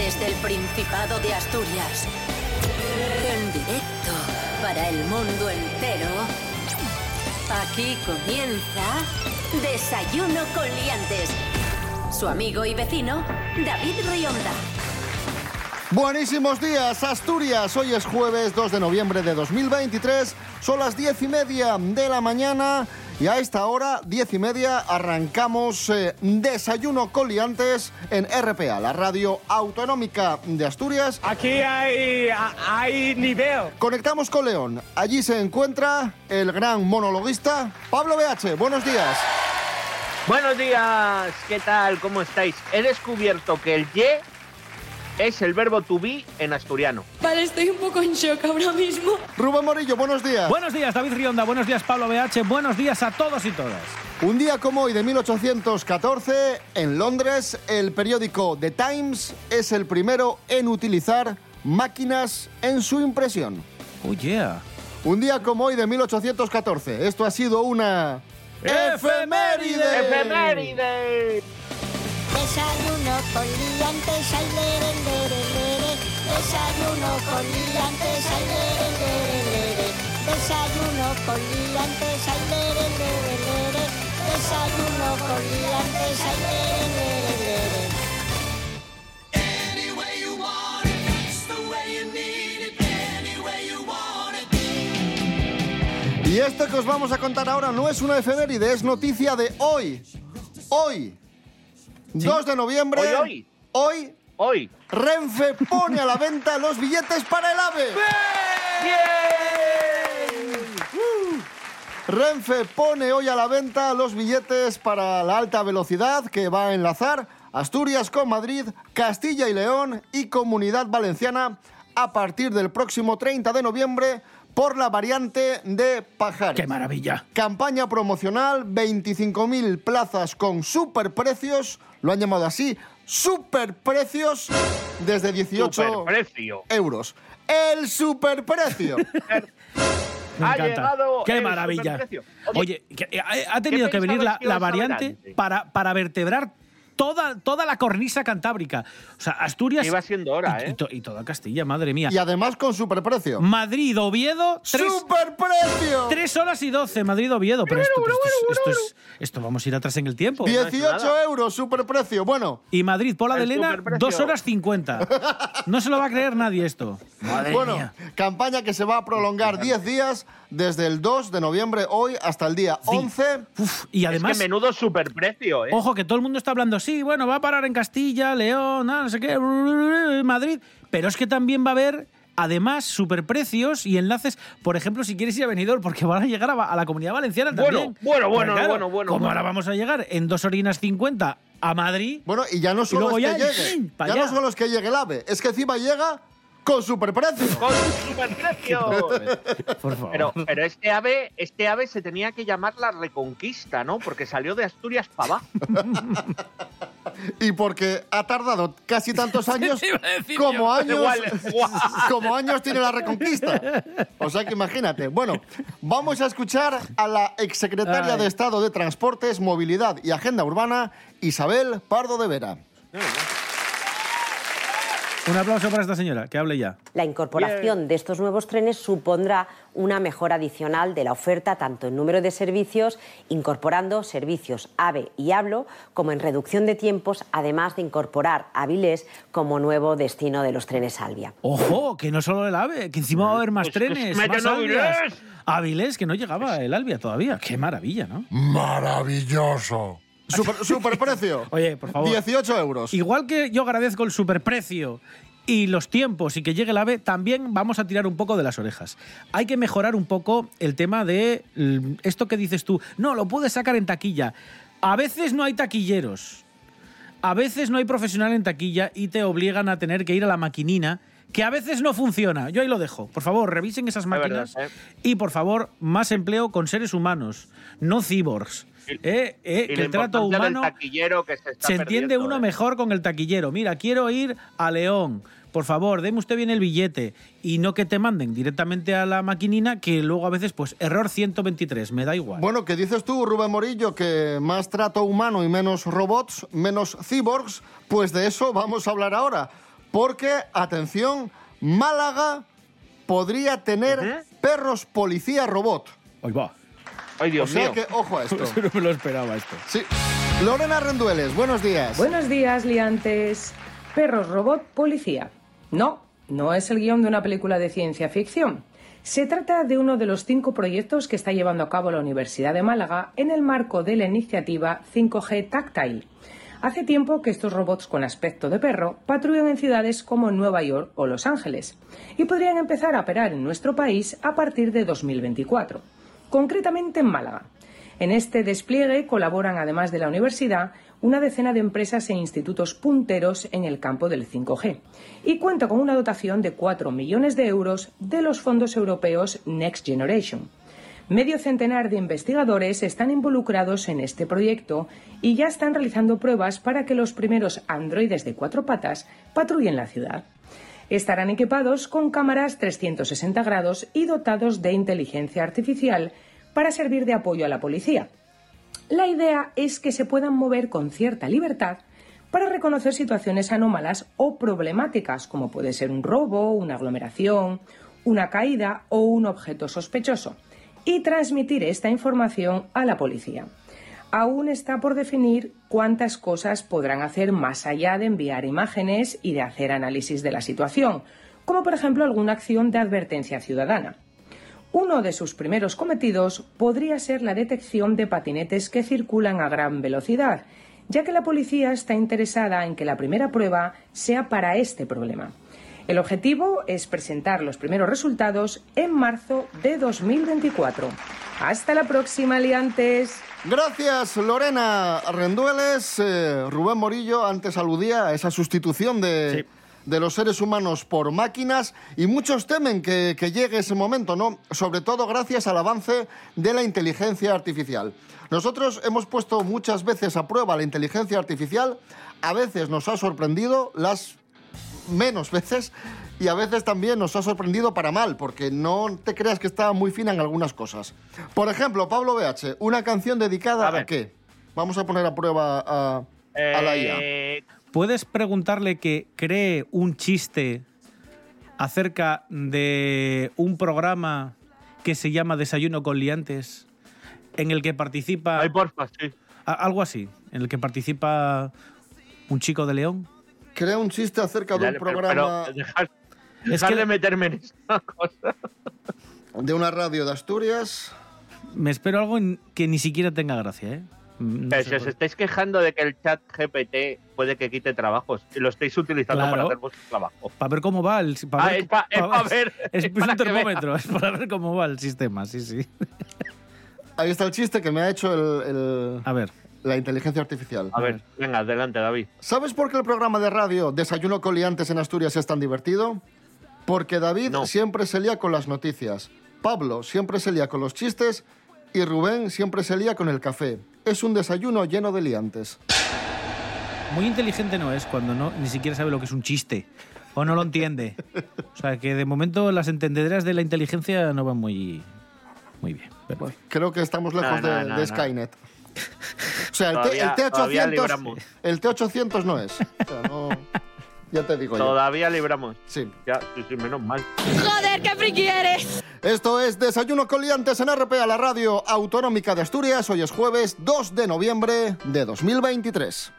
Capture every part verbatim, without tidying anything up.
Desde el Principado de Asturias, en directo para el mundo entero, aquí comienza Desayuno con Liantes. Su amigo y vecino, David Rionda. Buenísimos días, Asturias. Hoy es jueves dos de noviembre de dos mil veintitrés. Son las diez y media de la mañana y a esta hora, diez y media, arrancamos eh, Desayuno con Liantes en R P A, la radio autonómica de Asturias. Aquí hay, hay nivel. Conectamos con León. Allí se encuentra el gran monologuista Pablo B H. Buenos días. Buenos días, ¿qué tal? ¿Cómo estáis? He descubierto que el ye es el verbo to be en asturiano. Vale, estoy un poco en shock ahora mismo. Rubén Morillo, buenos días. Buenos días, David Rionda. Buenos días, Pablo B H. Buenos días a todos y todas. Un día como hoy de mil ochocientos catorce, en Londres, el periódico The Times es el primero en utilizar máquinas en su impresión. Oh, yeah. Un día como hoy de mil ochocientos catorce. Esto ha sido una... ¡efeméride! ¡Efeméride! Desayuno con liantes, ay, lere, lere, lere. Desayuno con liantes, ay, lere, lere, lere. Desayuno con liantes, ay, lere, lere, lere. Desayuno con liantes, ay, lere, lere, lere. Any way you want it, it's the way you need it. Any way you want it. Y esto que os vamos a contar ahora no es una efeméride, es noticia de hoy. Hoy. ¿Sí? dos de noviembre. Hoy, hoy. Hoy. Hoy. Renfe pone a la venta los billetes para el AVE. ¡Bien! Uh. Renfe pone hoy a la venta los billetes para la alta velocidad que va a enlazar Asturias con Madrid, Castilla y León y Comunidad Valenciana a partir del próximo treinta de noviembre por la variante de Pajares. ¡Qué maravilla! Campaña promocional, veinticinco mil plazas con superprecios, lo han llamado así, superprecios, desde dieciocho Superprecio. euros. ¡El superprecio! Me Ha encanta. llegado ¡Qué el maravilla! superprecio. Oye, Oye, que, ha, ha tenido que venir la, pensabas que ibas la a ver variante antes? para, para vertebrar toda, toda la cornisa cantábrica. O sea, Asturias... Iba siendo hora, y, ¿eh? Y, to, y toda Castilla, madre mía. Y además con superprecio. Madrid, Oviedo... Tres, ¡Superprecio! Tres horas y doce, Madrid, Oviedo. Pero esto, pero esto, es- esto, es, esto vamos a ir atrás en el tiempo. dieciocho euros, superprecio. Bueno, Y Madrid, Pola de El Lena, superprecio. dos horas cincuenta. No se lo va a creer nadie esto. Madre bueno, mía. campaña que se va a prolongar diez días desde el dos de noviembre hoy hasta el día Sí. once. Uf, y además... es que menudo superprecio, ¿eh? Ojo, que todo el mundo está hablando, sí, bueno, va a parar en Castilla, León, ah, no sé qué, Madrid, pero es que también va a haber, además, superprecios y enlaces, por ejemplo, si quieres ir a Benidorm, porque van a llegar a, a la Comunidad Valenciana también. Bueno, bueno, Pero bueno, claro, bueno, bueno, Como bueno. ahora vamos a llegar en dos horinas cincuenta a Madrid, Bueno, y ya no solo luego es que ya, llegue, ¡pim! pa' ya allá. no solo es que llegue el AVE, es que encima llega con superprecio. Con superprecio. por favor. Pero, pero este ave, este ave se tenía que llamar la Reconquista, ¿no? Porque salió de Asturias para abajo. Y porque ha tardado casi tantos años Te iba a decir como yo. años Igual, igual. como años tiene la Reconquista. O sea que imagínate. Bueno, vamos a escuchar a la exsecretaria Ay. de Estado de Transportes, Movilidad y Agenda Urbana, Isabel Pardo de Vera. Un aplauso para esta señora, que hable ya. La incorporación de estos nuevos trenes supondrá una mejora adicional de la oferta tanto en número de servicios, incorporando servicios AVE y ABLO, como en reducción de tiempos, además de incorporar Avilés como nuevo destino de los trenes Alvia. Ojo, que no solo el AVE, que encima va a haber más Pues que trenes, se meten más a Alvias. Avilés. Avilés, que no llegaba el Albia todavía. Qué maravilla, ¿no? Maravilloso. Super, superprecio. Oye, por favor. dieciocho euros. Igual que yo agradezco el superprecio y los tiempos y que llegue el AVE, también vamos a tirar un poco de las orejas. Hay que mejorar un poco el tema de mm, esto que dices tú. No, lo puedes sacar en taquilla. A veces no hay taquilleros. A veces no hay profesional en taquilla y te obligan a tener que ir a la maquinina, que a veces no funciona. Yo ahí lo dejo. Por favor, revisen esas máquinas. verdad, Y, por favor, más empleo con seres humanos, no cyborgs. Eh, eh, Y que la el trato importancia del humano taquillero que se está se entiende perdiendo, uno ¿eh? mejor con el taquillero. Mira, quiero ir a León. Por favor, deme usted bien el billete y no que te manden directamente a la maquinina, que luego a veces, pues, error ciento veintitrés, me da igual. Bueno, ¿qué dices tú, Rubén Morillo, que más trato humano y menos robots, menos cyborgs? Pues de eso vamos a hablar ahora. Porque, atención, Málaga podría tener ¿Eh? perros policía robot. Ahí va. Ay, Dios O sea mío. que, ojo a esto. No me lo esperaba esto. Sí. Lorena Rendueles, buenos días. Buenos días, liantes. Perros robot policía. No, no es el guión de una película de ciencia ficción. Se trata de uno de los cinco proyectos que está llevando a cabo la Universidad de Málaga en el marco de la iniciativa cinco G Tactile. Hace tiempo que estos robots con aspecto de perro patrullan en ciudades como Nueva York o Los Ángeles y podrían empezar a operar en nuestro país a partir de dos mil veinticuatro, concretamente en Málaga. En este despliegue colaboran, además de la universidad, una decena de empresas e institutos punteros en el campo del cinco G y cuenta con una dotación de cuatro millones de euros de los fondos europeos Next Generation. Medio centenar de investigadores están involucrados en este proyecto y ya están realizando pruebas para que los primeros androides de cuatro patas patrullen la ciudad. Estarán equipados con cámaras trescientos sesenta grados y dotados de inteligencia artificial para servir de apoyo a la policía. La idea es que se puedan mover con cierta libertad para reconocer situaciones anómalas o problemáticas, como puede ser un robo, una aglomeración, una caída o un objeto sospechoso, y transmitir esta información a la policía. Aún está por definir cuántas cosas podrán hacer más allá de enviar imágenes y de hacer análisis de la situación, como por ejemplo alguna acción de advertencia ciudadana. Uno de sus primeros cometidos podría ser la detección de patinetes que circulan a gran velocidad, ya que la policía está interesada en que la primera prueba sea para este problema. El objetivo es presentar los primeros resultados en marzo de dos mil veinticuatro. Hasta la próxima, liantes. Gracias, Lorena Rendueles. Eh, Rubén Morillo antes aludía a esa sustitución de, sí. de los seres humanos por máquinas y muchos temen que, que llegue ese momento, ¿no? Sobre todo gracias al avance de la inteligencia artificial. Nosotros hemos puesto muchas veces a prueba la inteligencia artificial. A veces nos ha sorprendido, las menos veces, y a veces también nos ha sorprendido para mal, porque no te creas que está muy fina en algunas cosas. Por ejemplo, Pablo B H, una canción dedicada a, ¿a qué? Vamos a poner a prueba a, eh... a la I A. ¿Puedes preguntarle que cree un chiste acerca de un programa que se llama Desayuno con Liantes, en el que participa... Ay, porfa, sí. Algo así, en el que participa un chico de León? Crea un chiste acerca de Dale, un programa... Pero, pero dejar es que de meterme en esta cosa. De una radio de Asturias. Me espero algo que ni siquiera tenga gracia, ¿eh? No pero si os estáis quejando de que el chat G P T puede que quite trabajos y lo estáis utilizando claro, para hacer vuestro trabajo. Para ver cómo va el... Para ah, ver, es para pa pa ver. Es, es un termómetro, es para ver cómo va el sistema, sí, sí. Ahí está el chiste que me ha hecho el... el... A ver. La inteligencia artificial. A ver, venga, adelante, David. ¿Sabes por qué el programa de radio Desayuno con Liantes en Asturias es tan divertido? Porque David no. siempre se lía con las noticias, Pablo siempre se lía con los chistes y Rubén siempre se lía con el café. Es un desayuno lleno de liantes. Muy inteligente no es cuando no ni siquiera sabe lo que es un chiste o no lo entiende. O sea, que de momento las entendederas de la inteligencia no van muy, muy bien. Pero... Bueno, creo que estamos lejos no, no, de, no, de no. Skynet. O sea, el, todavía, T, el, T ochocientos, el T ochocientos no es. O sea, no, ya te digo Todavía yo. libramos. Sí. Ya, sí, sí, menos mal. ¡Joder, qué friki eres! Esto es Desayuno con Liantes en R P A, la radio autonómica de Asturias. Hoy es jueves dos de noviembre de dos mil veintitrés.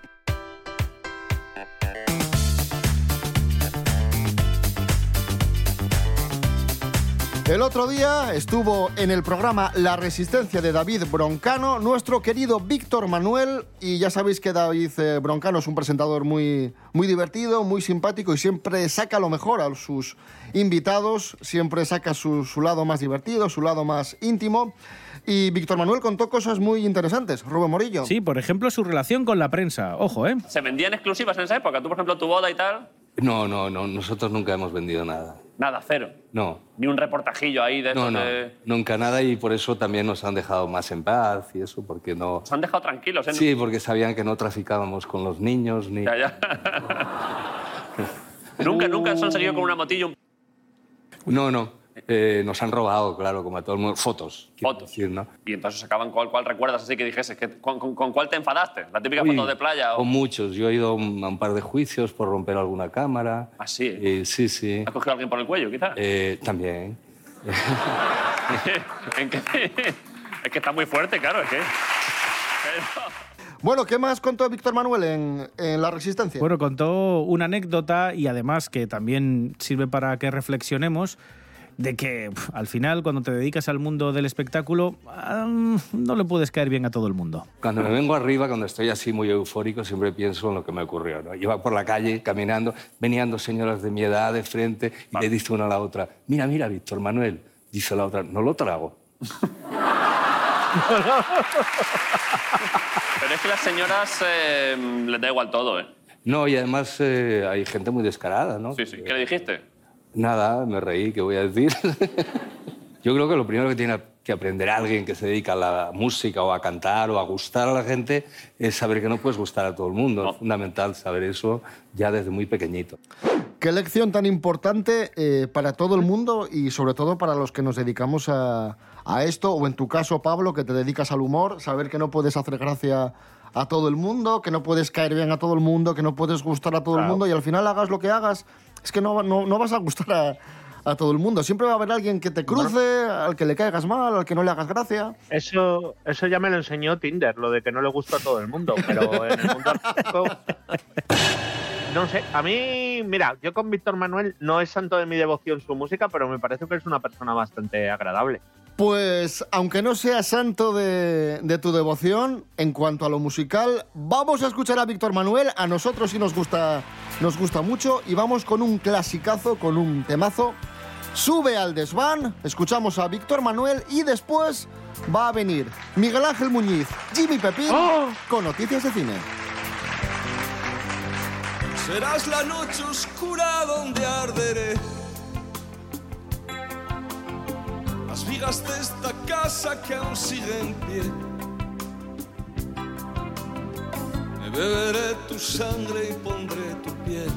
El otro día estuvo en el programa La Resistencia de David Broncano, nuestro querido Víctor Manuel, y ya sabéis que David eh, Broncano es un presentador muy, muy divertido, muy simpático y siempre saca lo mejor a sus invitados, siempre saca su, su lado más divertido, su lado más íntimo. Y Víctor Manuel contó cosas muy interesantes. Rubén Morillo. Sí, por ejemplo, su relación con la prensa. Ojo, ¿eh? ¿Se vendían exclusivas en esa época? Tú, por ejemplo, tu boda y tal... No, no, no. Nosotros nunca hemos vendido nada. Nada, cero. No. Ni un reportajillo ahí de... No, no. De... Nunca nada y por eso también nos han dejado más en paz y eso, porque no... Nos han dejado tranquilos, ¿eh? Sí, porque sabían que no traficábamos con los niños ni... Ya, ya. nunca, nunca se han seguido con una motillo. No, no. Eh, nos han robado, claro, como a todo el mundo. Fotos. Fotos. Decir, ¿no? Y entonces sacaban cuál, cuál recuerdas así que dijese, que, ¿con, con, con cuál te enfadaste? ¿La típica Uy, foto de playa? O... Con muchos. Yo he ido a un, a un par de juicios por romper alguna cámara. ¿Ah, sí? Eh, sí, sí. ¿Has cogido a alguien por el cuello, quizás? Eh, también. ¿En qué? Es que está muy fuerte, claro, es que... Pero... Bueno, ¿qué más contó Víctor Manuel en, en La Resistencia? Bueno, contó una anécdota y además que también sirve para que reflexionemos de que pf, al final cuando te dedicas al mundo del espectáculo um, no le puedes caer bien a todo el mundo. Cuando me vengo arriba, cuando estoy así muy eufórico, siempre pienso en lo que me ocurrió, ¿no? Iba por la calle caminando, venían dos señoras de mi edad de frente y vale. Le dice una a la otra, mira, mira, Víctor Manuel. Dice la otra, no lo trago. Pero es que las señoras eh, les da igual todo, ¿eh? No, y además eh, hay gente muy descarada, ¿no? Sí, sí. ¿Qué le dijiste? Nada, me reí, ¿qué voy a decir? Yo creo que lo primero que tiene que aprender alguien que se dedica a la música o a cantar o a gustar a la gente es saber que no puedes gustar a todo el mundo. No. Es fundamental saber eso ya desde muy pequeñito. Qué lección tan importante eh, para todo el mundo y sobre todo para los que nos dedicamos a, a esto, o en tu caso, Pablo, que te dedicas al humor, saber que no puedes hacer gracia a todo el mundo, que no puedes caer bien a todo el mundo, que no puedes gustar a todo claro. el mundo y al final hagas lo que hagas, es que no, no, no vas a gustar a, a todo el mundo. Siempre va a haber alguien que te cruce, bueno. al que le caigas mal, al que no le hagas gracia. Eso, eso ya me lo enseñó Tinder, lo de que no le gusta a todo el mundo, pero en el mundo artístico... No sé, a mí, mira, yo con Víctor Manuel no es santo de mi devoción su música, pero me parece que es una persona bastante agradable. Pues, aunque no sea santo de, de tu devoción, en cuanto a lo musical, vamos a escuchar a Víctor Manuel. A nosotros sí nos gusta, nos gusta mucho y vamos con un clasicazo, con un temazo. Sube al desván, escuchamos a Víctor Manuel y después va a venir Miguel Ángel Muñiz, Jimmy Pepín, ¡oh! Con noticias de cine. Serás la noche oscura donde arderé. Las vigas de esta casa que aún sigue en pie. Me beberé tu sangre y pondré tu piel.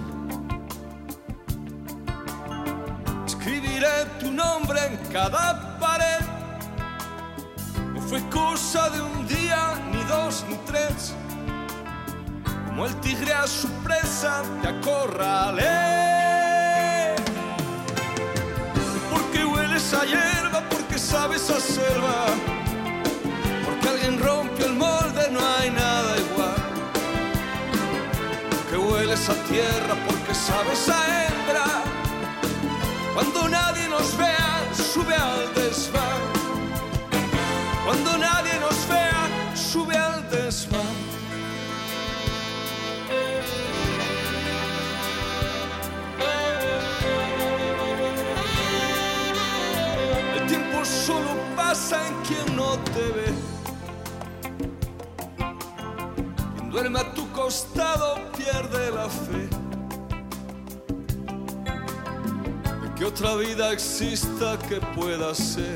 Escribiré tu nombre en cada pared. No fue cosa de un día, ni dos, ni tres. Como el tigre a su presa te acorralé. Porque hueles a hierba, porque sabes a selva, porque alguien rompió el molde, no hay nada igual. Porque hueles a tierra, porque sabes a hembra. Cuando nadie nos vea, sube al desván. Cuando nadie nos vea, sube al desván. Solo pasa en quien no te ve. Quien duerme a tu costado pierde la fe de que otra vida exista que pueda ser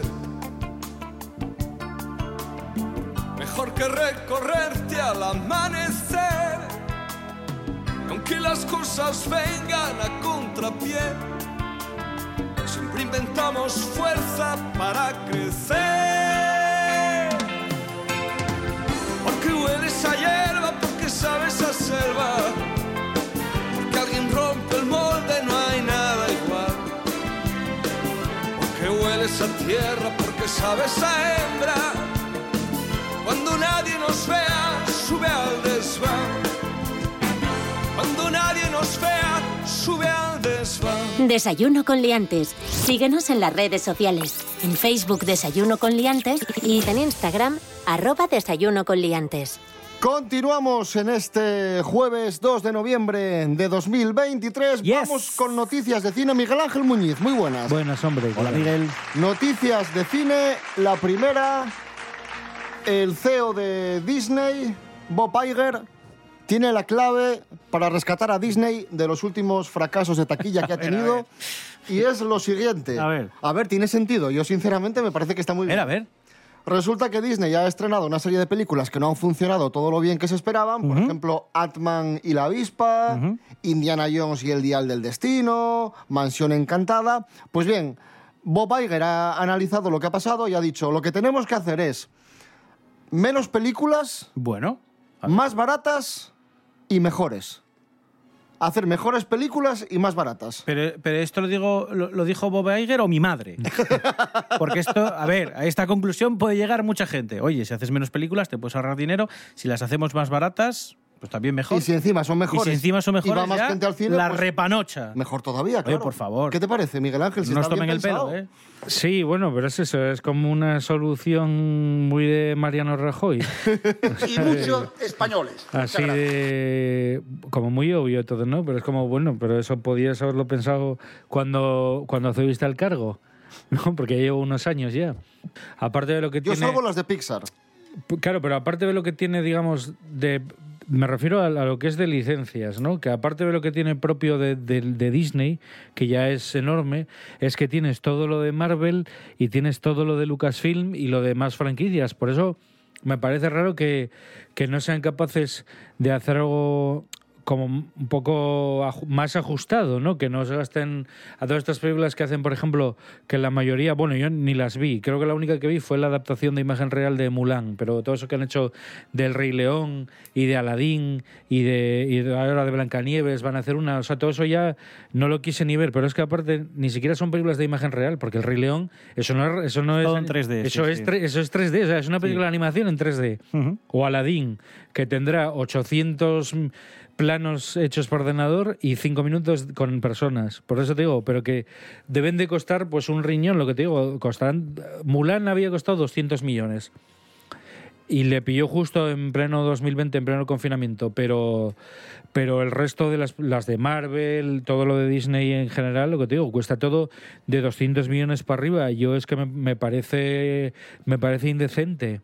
mejor que recorrerte al amanecer. Aunque las cosas vengan a contrapié, siempre inventamos fuerza para crecer. Porque hueles a hierba, porque sabes a selva, porque alguien rompe el molde, no hay nada igual. Porque hueles a tierra, porque sabes a hembra. Cuando nadie nos vea, sube al desván. Cuando nadie nos vea, sube al desván. Desayuno con liantes. Síguenos en las redes sociales. En Facebook Desayuno con liantes y en Instagram arroba Desayuno con liantes. Continuamos en este jueves dos de noviembre de dos mil veintitrés. Yes. Vamos con noticias de cine. Miguel Ángel Muñiz, muy buenas. Buenas, hombre. Hola, Miguel. Noticias de cine. La primera, el C E O de Disney, Bob Iger, tiene la clave para rescatar a Disney de los últimos fracasos de taquilla que ha tenido. A ver, a ver. Y es lo siguiente. A ver. A ver, tiene sentido. Yo, sinceramente, me parece que está muy bien. A ver, a ver. Resulta que Disney ya ha estrenado una serie de películas que no han funcionado todo lo bien que se esperaban. Uh-huh. Por ejemplo, Ant-Man y la avispa, uh-huh. Indiana Jones y el dial del destino, Mansión encantada. Pues bien, Bob Iger ha analizado lo que ha pasado y ha dicho, lo que tenemos que hacer es menos películas, bueno, más baratas y mejores. Hacer mejores películas y más baratas. Pero, pero esto lo, digo, lo, lo dijo Bob Iger o mi madre. Porque esto, a ver, a esta conclusión puede llegar mucha gente. Oye, si haces menos películas te puedes ahorrar dinero. Si las hacemos más baratas, pues también mejor. Y si encima son mejores. Y si encima son mejores, y va más ya, gente al cine, la pues, repanocha. Mejor todavía, claro. Oye, por favor. ¿Qué te parece, Miguel Ángel? Si no nos está tomen bien el pelo, pensado. ¿eh? Sí, bueno, pero es eso, es como una solución muy de Mariano Rajoy. Y muchos españoles. Así de... como muy obvio todo, ¿no? Pero es como, bueno, pero eso podías haberlo pensado cuando, cuando accediste al cargo, ¿no? Porque ya llevo unos años ya. Aparte de lo que Yo tiene... salvo las de Pixar. Claro, pero aparte de lo que tiene, digamos, de... Me refiero a, a lo que es de licencias, ¿no? Que aparte de lo que tiene propio de, de, de Disney, que ya es enorme, es que tienes todo lo de Marvel y tienes todo lo de Lucasfilm y lo de más franquicias. Por eso me parece raro que, que no sean capaces de hacer algo como un poco aj- más ajustado, ¿no? Que no se gasten a todas estas películas que hacen, por ejemplo, que la mayoría, bueno, yo ni las vi, creo que la única que vi fue la adaptación de imagen real de Mulan, pero todo eso que han hecho del Rey León y de Aladín y de, y de ahora de Blancanieves, van a hacer una, o sea, todo eso ya no lo quise ni ver, pero es que aparte ni siquiera son películas de imagen real, porque el Rey León, eso no es, eso no es Todo en tres D, eso sí, es sí. tre- eso es tres D, o sea, es una película Sí. de animación en tres D. Uh-huh. O Aladín, que tendrá ochocientos planos hechos por ordenador y cinco minutos con personas. Por eso te digo, pero que deben de costar pues un riñón, lo que te digo, costarán... Mulan había costado doscientos millones. Y le pilló justo en pleno dos mil veinte, en pleno confinamiento, pero, pero el resto de las, las de Marvel, todo lo de Disney en general, lo que te digo, cuesta todo de doscientos millones para arriba. Yo es que me, me parece me parece indecente.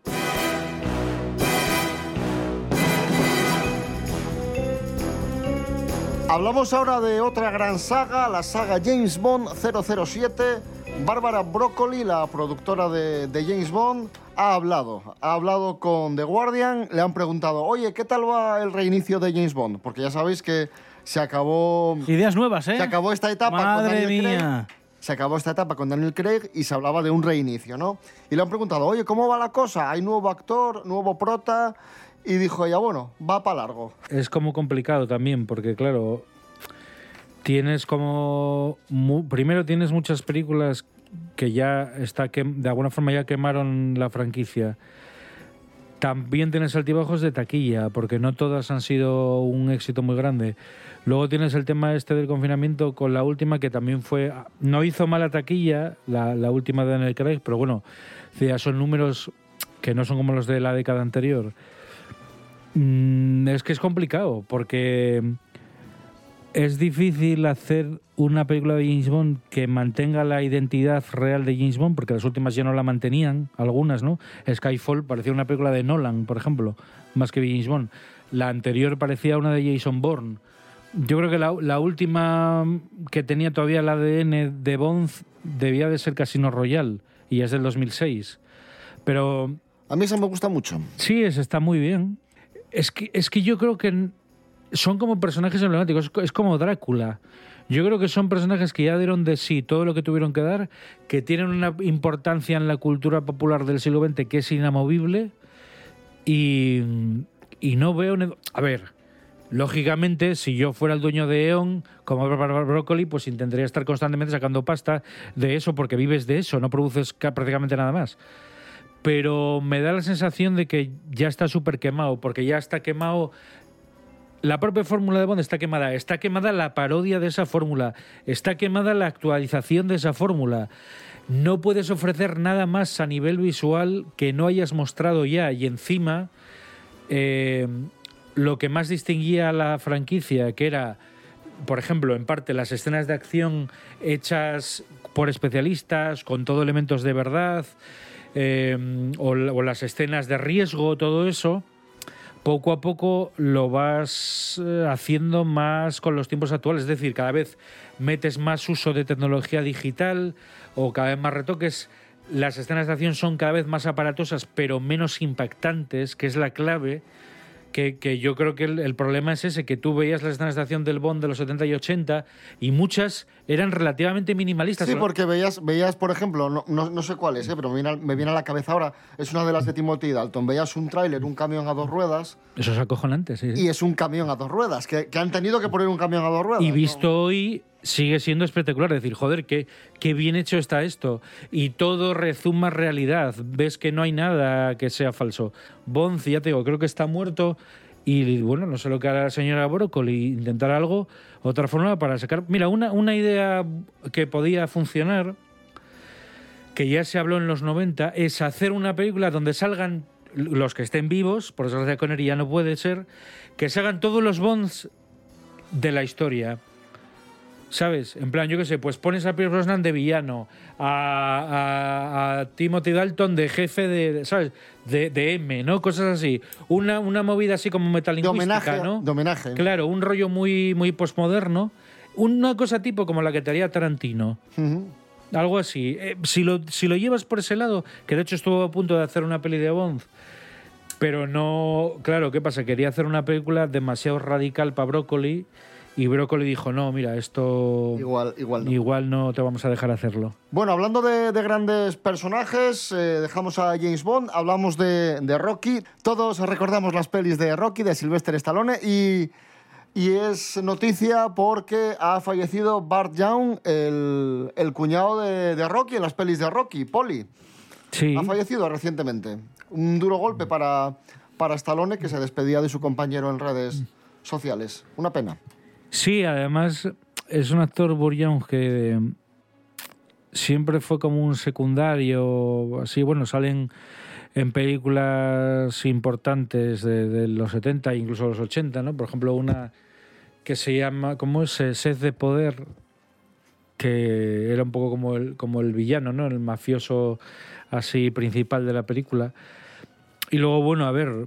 Hablamos ahora de otra gran saga, la saga James Bond cero cero siete. Bárbara Broccoli, la productora de, de James Bond, ha hablado. Ha hablado con The Guardian, le han preguntado, oye, ¿qué tal va el reinicio de James Bond? Porque ya sabéis que se acabó... Ideas nuevas, ¿eh? Se acabó esta etapa Madre con Daniel mía. Craig. Se acabó esta etapa con Daniel Craig y se hablaba de un reinicio, ¿no? Y le han preguntado, oye, ¿cómo va la cosa? ¿Hay nuevo actor, nuevo prota? Y dijo ella, bueno, va para largo. Es como complicado también, porque claro, tienes como... mu- primero tienes muchas películas que ya está que de alguna forma ya quemaron la franquicia. También tienes altibajos de taquilla, porque no todas han sido un éxito muy grande. Luego tienes el tema este del confinamiento con la última, que también fue... No hizo mala taquilla, la, la última de Daniel Craig, pero bueno, ya son números que no son como los de la década anterior. Mm, es que es complicado, porque es difícil hacer una película de James Bond que mantenga la identidad real de James Bond, porque las últimas ya no la mantenían, algunas, ¿no? Skyfall parecía una película de Nolan, por ejemplo, más que de James Bond. La anterior parecía una de Jason Bourne. Yo creo que la, la última que tenía todavía el A D N de Bond debía de ser Casino Royale, y es del dos mil seis. Pero... A mí esa me gusta mucho. Sí, esa está muy bien. Es que, es que yo creo que son como personajes emblemáticos, es como Drácula. Yo creo que son personajes que ya dieron de sí todo lo que tuvieron que dar, que tienen una importancia en la cultura popular del siglo veinte que es inamovible, y, y no veo... ne- A ver, lógicamente, si yo fuera el dueño de E.ON, como Bárbara Broccoli, pues intentaría estar constantemente sacando pasta de eso, porque vives de eso, no produces ca- prácticamente nada más. Pero me da la sensación de que ya está súper quemado, porque ya está quemado... La propia fórmula de Bond está quemada, está quemada la parodia de esa fórmula, está quemada la actualización de esa fórmula. No puedes ofrecer nada más a nivel visual que no hayas mostrado ya, y encima eh, lo que más distinguía a la franquicia, que era, por ejemplo, en parte las escenas de acción hechas por especialistas, con todo elementos de verdad, eh, o, o las escenas de riesgo, todo eso, poco a poco lo vas eh, haciendo más con los tiempos actuales. Es decir, cada vez metes más uso de tecnología digital o cada vez más retoques. Las escenas de acción son cada vez más aparatosas, pero menos impactantes, que es la clave. que, que yo creo que el, el problema es ese, que tú veías las escenas de acción del Bond de los setenta y ochenta y muchas eran relativamente minimalistas. Sí, porque veías, veías por ejemplo, no, no, no sé cuál es, ¿eh? pero me viene, a, me viene a la cabeza ahora, es una de las de Timothy Dalton. Veías un tráiler, un camión a dos ruedas. Eso es acojonante, sí. Y es un camión a dos ruedas, que, que han tenido que poner un camión a dos ruedas. Y visto ¿no? hoy sigue siendo espectacular, decir, joder, qué, qué bien hecho está esto. Y todo rezuma realidad, ves que no hay nada que sea falso. Bond, ya te digo, creo que está muerto y bueno, no sé lo que hará la señora Broccoli, intentar algo, otra forma para sacar... Mira, una, una idea que podía funcionar, que ya se habló en los noventa, es hacer una película donde salgan los que estén vivos, por desgracia Connery ya no puede ser, que se hagan todos los Bonds de la historia. ¿Sabes? En plan, yo qué sé, pues pones a Pierce Brosnan de villano, a, a, a Timothy Dalton de jefe de, ¿sabes? De, de M, ¿no? Cosas así. Una, una movida así como metalingüística, de homenaje, ¿no? De homenaje. Claro, un rollo muy, muy postmoderno. Una cosa tipo como la que te haría Tarantino. Uh-huh. Algo así. Eh, si, lo, si lo llevas por ese lado, que de hecho estuvo a punto de hacer una peli de Bond, pero no... Claro, ¿qué pasa? Quería hacer una película demasiado radical para Broccoli. Y Broccoli dijo, no, mira, esto... Igual, igual no. Igual no te vamos a dejar hacerlo. Bueno, hablando de, de grandes personajes, eh, dejamos a James Bond, hablamos de, de Rocky. Todos recordamos las pelis de Rocky, de Sylvester Stallone, y, y es noticia porque ha fallecido Burt Young, el, el cuñado de, de Rocky en las pelis de Rocky, Polly. Sí. Ha fallecido recientemente. Un duro golpe para, para Stallone, que se despedía de su compañero en redes sociales. Una pena. Sí, además es un actor, Bourgeon, que siempre fue como un secundario, así, bueno, salen en películas importantes de, de los setenta, incluso los ochenta, ¿no? Por ejemplo, una que se llama, ¿cómo es? Sed de Poder, que era un poco como el, como el villano, ¿no? El mafioso así principal de la película. Y luego, bueno, a ver...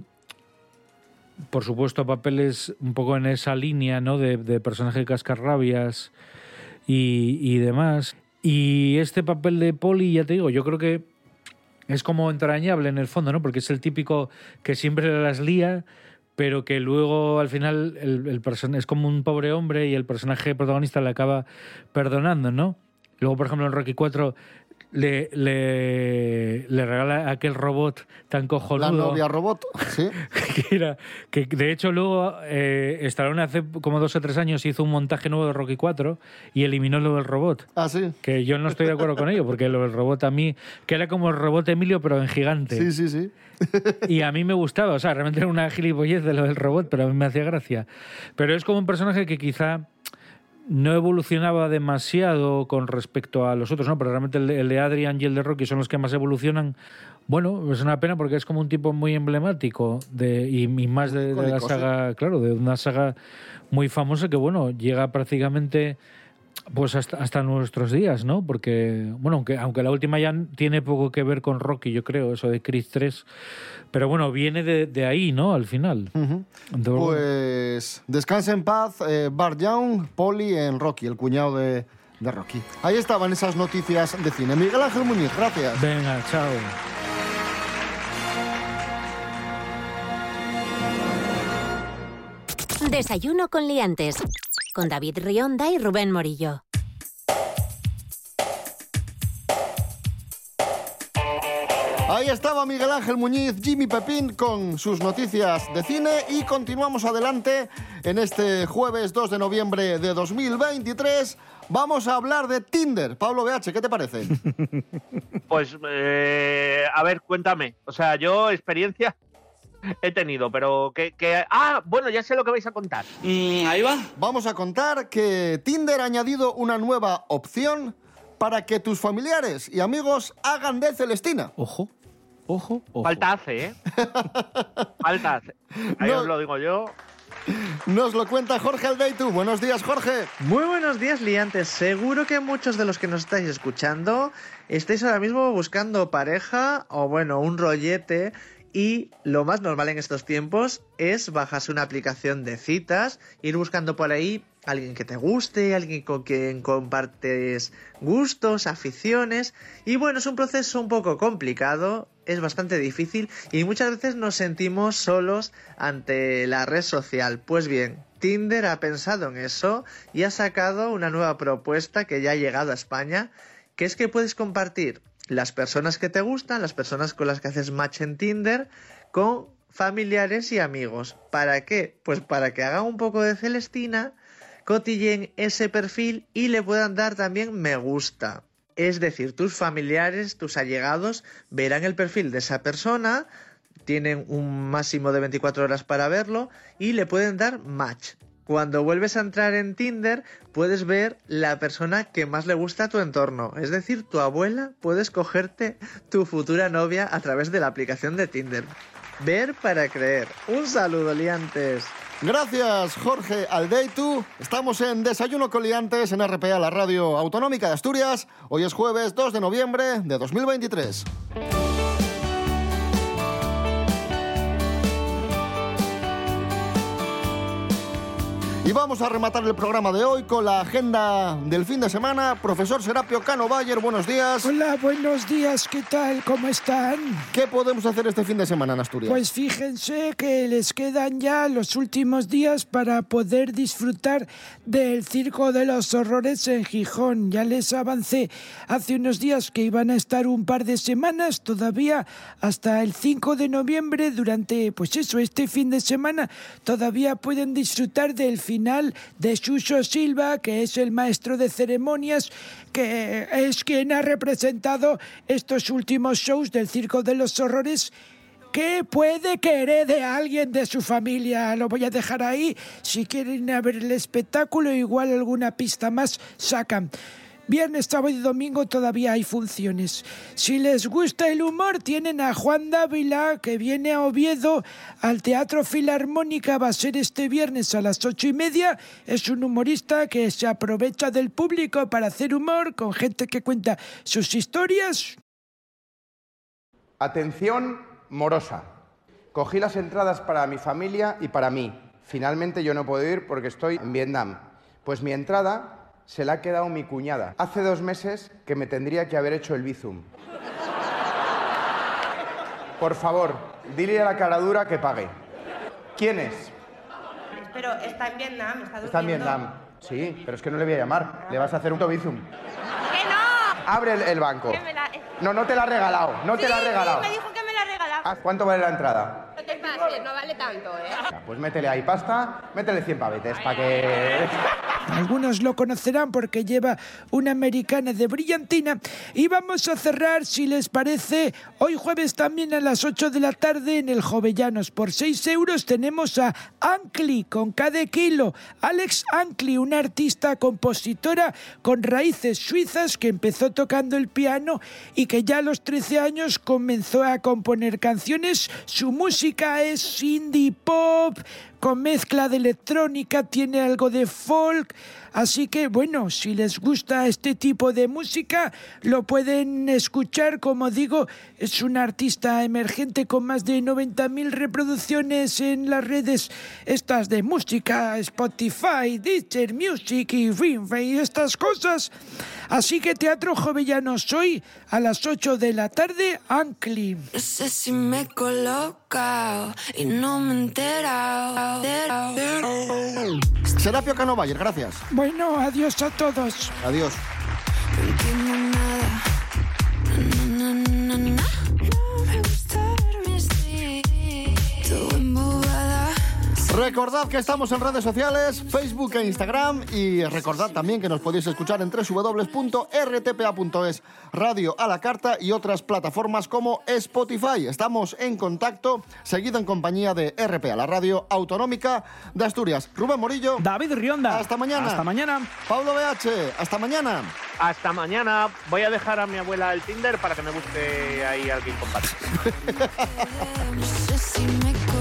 Por supuesto, papeles un poco en esa línea, ¿no? De, de personaje cascarrabias y, y demás. Y este papel de Polly, ya te digo, yo creo que es como entrañable en el fondo, ¿no? Porque es el típico que siempre las lía, pero que luego al final el, el person- es como un pobre hombre y el personaje protagonista le acaba perdonando, ¿no? Luego, por ejemplo, en Rocky cuatro... Le, le, le regala aquel robot tan cojonudo. La novia robot, sí. Que, era, que de hecho luego eh, Stallone hace como dos o tres años hizo un montaje nuevo de Rocky cuatro y eliminó lo del robot. Ah, sí. Que yo no estoy de acuerdo con ello, porque lo del robot a mí, que era como el robot Emilio pero en gigante. Sí, sí, sí. Y a mí me gustaba, o sea, realmente era una gilipollez de lo del robot, pero a mí me hacía gracia. Pero es como un personaje que quizá... no evolucionaba demasiado con respecto a los otros, ¿no? Pero realmente el de, el de Adrian y el de Rocky son los que más evolucionan. Bueno, es una pena porque es como un tipo muy emblemático de, y, y más de, de la saga, claro, de una saga muy famosa que, bueno, llega prácticamente pues hasta, hasta nuestros días, ¿no? Porque, bueno, aunque, aunque la última ya tiene poco que ver con Rocky, yo creo, eso de Creed tres, pero bueno, viene de, de ahí, ¿no? Al final. Uh-huh. Pues descansa en paz, eh, Burt Young, Polly en Rocky, el cuñado de, de Rocky. Ahí estaban esas noticias de cine. Miguel Ángel Muñiz, gracias. Venga, chao. Desayuno con liantes, con David Rionda y Rubén Morillo. Ahí estaba Miguel Ángel Muñiz, Jimmy Pepín con sus noticias de cine y continuamos adelante en este jueves dos de noviembre de dos mil veintitrés. Vamos a hablar de Tinder. Pablo B H, ¿qué te parece? Pues, eh, a ver, cuéntame. O sea, yo experiencia he tenido, pero que, que... Ah, bueno, ya sé lo que vais a contar. Mm, ahí va. Vamos a contar que Tinder ha añadido una nueva opción para que tus familiares y amigos hagan de Celestina. Ojo, ojo, ojo. Falta hace, ¿eh? Falta hace. Ahí No. os lo digo yo. Nos lo cuenta Jorge Aldeitu. Buenos días, Jorge. Muy buenos días, liantes. Seguro que muchos de los que nos estáis escuchando estáis ahora mismo buscando pareja o, bueno, un rollete Y lo más normal en estos tiempos es bajarse una aplicación de citas, ir buscando por ahí alguien que te guste, alguien con quien compartes gustos, aficiones. Y bueno, es un proceso un poco complicado, es bastante difícil y muchas veces nos sentimos solos ante la red social. Pues bien, Tinder ha pensado en eso y ha sacado una nueva propuesta que ya ha llegado a España, que es que puedes compartir las personas que te gustan, las personas con las que haces match en Tinder, con familiares y amigos. ¿Para qué? Pues para que hagan un poco de Celestina, cotilleen ese perfil y le puedan dar también me gusta. Es decir, tus familiares, tus allegados, verán el perfil de esa persona, tienen un máximo de veinticuatro horas para verlo y le pueden dar match. Cuando vuelves a entrar en Tinder, puedes ver la persona que más le gusta a tu entorno. Es decir, tu abuela puede escogerte tu futura novia a través de la aplicación de Tinder. Ver para creer. Un saludo, liantes. Gracias, Jorge Aldeitu. Estamos en Desayuno con Liantes en R P A, la radio autonómica de Asturias. Hoy es jueves dos de noviembre de dos mil veintitrés. Y vamos a rematar el programa de hoy con la agenda del fin de semana. Profesor Serapio Cano Bayer, buenos días. Hola, buenos días, ¿qué tal? ¿Cómo están? ¿Qué podemos hacer este fin de semana en Asturias? Pues fíjense que les quedan ya los últimos días para poder disfrutar del Circo de los Horrores en Gijón. Ya les avancé hace unos días que iban a estar un par de semanas, todavía hasta el cinco de noviembre, durante, pues eso, este fin de semana, todavía pueden disfrutar del final de Xuxo Silva, que es el maestro de ceremonias, que es quien ha representado estos últimos shows del Circo de los Horrores, que puede que herede a alguien de su familia. Lo voy a dejar ahí. Si quieren ir a ver el espectáculo, igual alguna pista más sacan. Viernes, sábado y domingo todavía hay funciones. Si les gusta el humor, tienen a Juan Dávila, que viene a Oviedo al Teatro Filarmónica. Va a ser este viernes a las ocho y media. Es un humorista que se aprovecha del público para hacer humor con gente que cuenta sus historias. Atención morosa. Cogí las entradas para mi familia y para mí. Finalmente yo no puedo ir porque estoy en Vietnam. Pues mi entrada se la ha quedado mi cuñada. Hace dos meses que me tendría que haber hecho el bizum. Por favor, dile a la caradura que pague. ¿Quién es? Pero está en Vietnam, está durmiendo. Está en Vietnam. Sí, pero es que no le voy a llamar. Le vas a hacer un bizum. ¡Que no! Abre el, el banco. Que me la... No, no te la ha regalado. No sí, te la ha regalado. Sí, me dijo que me la ha regalado. Ah, ¿cuánto vale la entrada? No te pases, no vale tanto, ¿eh? Pues métele ahí pasta, métele cien pavetes para que... Algunos lo conocerán porque lleva una americana de brillantina. Y vamos a cerrar, si les parece, hoy jueves también a las ocho de la tarde en el Jovellanos. Por seis euros tenemos a Ankli con cada kilo. Alex Ankli, una artista compositora con raíces suizas que empezó tocando el piano y que ya a los trece años comenzó a componer canciones. Su música es indie pop, con mezcla de electrónica, tiene algo de folk, así que bueno, si les gusta este tipo de música, lo pueden escuchar. Como digo, es una artista emergente con más de noventa mil reproducciones en las redes estas de música, Spotify, Deezer, Music y Rinfe y estas cosas. Así que Teatro Jovellanos hoy a las ocho de la tarde, Ankli. No sé si me he colocado y no me he enterado. Serapio Cano Bayer, gracias. Bueno, adiós a todos. Adiós. No entiendo nada. Na, na, na, na. No me gusta verme así. Todo embobada. Recordad que estamos en redes sociales, Facebook e Instagram, y recordad también que nos podéis escuchar en doble u doble u doble u punto r t p a punto es, Radio a la Carta y otras plataformas como Spotify. Estamos en contacto, seguido en compañía de R P A, la radio autonómica de Asturias. Rubén Morillo. David Rionda. Hasta mañana. Hasta mañana. Pablo B H. Hasta mañana. Hasta mañana. Voy a dejar a mi abuela el Tinder para que me busque ahí alguien compartir. No sé si me